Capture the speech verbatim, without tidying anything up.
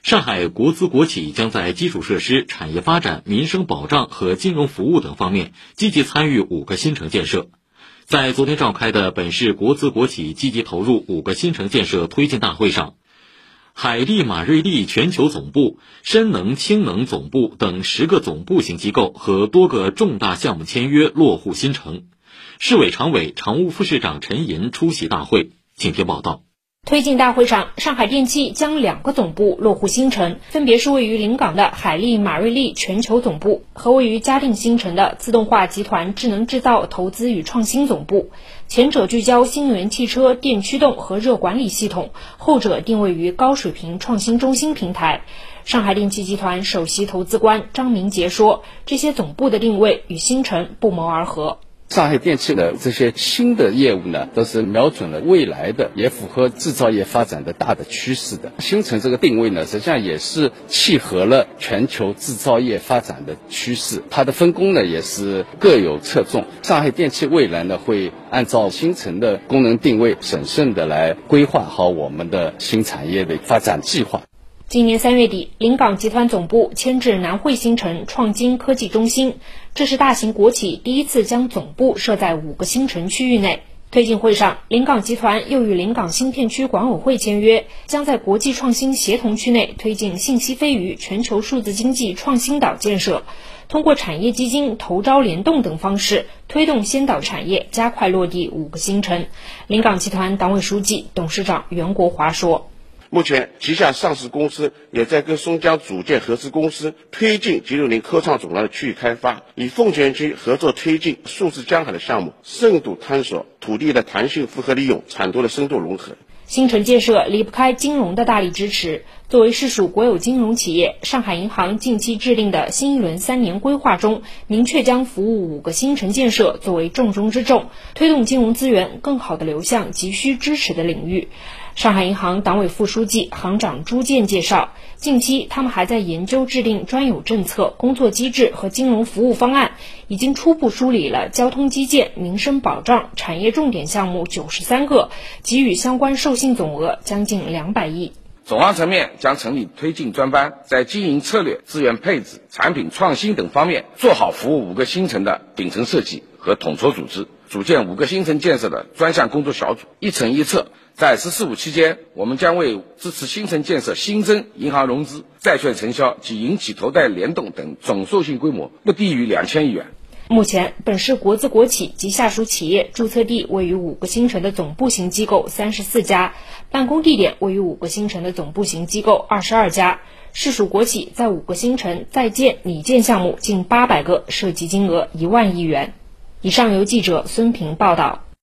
上海国资国企将在基础设施、产业发展、民生保障和金融服务等方面积极参与五个新城建设。在昨天召开的本市国资国企积极投入五个新城建设推进大会上，海利马瑞利全球总部、深能氢能总部等十个总部型机构和多个重大项目签约落户新城。市委常委、常务副市长陈寅出席大会。请听报道。 推进大会上，上海电气将两个总部落户新城，分别是位于临港的海利马瑞利全球总部和位于嘉定新城的自动化集团智能制造投资与创新总部。前者聚焦新能源汽车电驱动和热管理系统，后者定位于高水平创新中心平台。上海电气集团首席投资官张明杰说，这些总部的定位与新城不谋而合。 上海电气的这些新的业务呢，都是瞄准了未来的，也符合制造业发展的大的趋势的。新城这个定位呢，实际上也是契合了全球制造业发展的趋势。它的分工呢，也是各有侧重。上海电气未来呢，会按照新城的功能定位，审慎的来规划好我们的新产业的发展计划。 今年三月底，临港集团总部迁至南汇新城创金科技中心，这是大型国企第一次将总部设在五个新城区域内。推进会上，临港集团又与临港新片区管委会签约，将在国际创新协同区内推进信息飞鱼全球数字经济创新岛建设，通过产业基金投招联动等方式，推动先导产业加快落地五个新城。临港集团党委书记、董事长袁国华说， 目前旗下上市公司也在跟松江组建合资公司推进 G 六十 科创总廊的区域开发，与凤泉区合作推进数字江海的项目，深度探索土地的弹性复合利用、产多的深度融合。 新城建设离不开金融的大力支持。作为市属国有金融企业，上海银行近期制定的新一轮三年规划中，明确将服务五个新城建设作为重中之重，推动金融资源更好地流向急需支持的领域。上海银行党委副书记、行长朱建介绍，近期他们还在研究制定专有政策、工作机制和金融服务方案，已经初步梳理了交通基建、民生保障、产业重点项目九十三个，给予相关授信总额将近两百亿。 总行层面将成立推进专班，在经营策略、资源配置、产品创新等方面做好服务五个新城的顶层设计和统筹组织，组建五个新城建设的专项工作小组，一城一策。在“十四五”期间，我们将为支持新城建设新增银行融资、债券承销及银企投贷联动等总授信规模不低于两千亿元。 目前，本市国资国企及下属企业注册地位于五个新城的总部型机构三十四家，办公地点位于五个新城的总部型机构二十二家。市属国企在五个新城在建、拟建项目近八百个，涉及金额一万亿元。以上由记者孙平报道。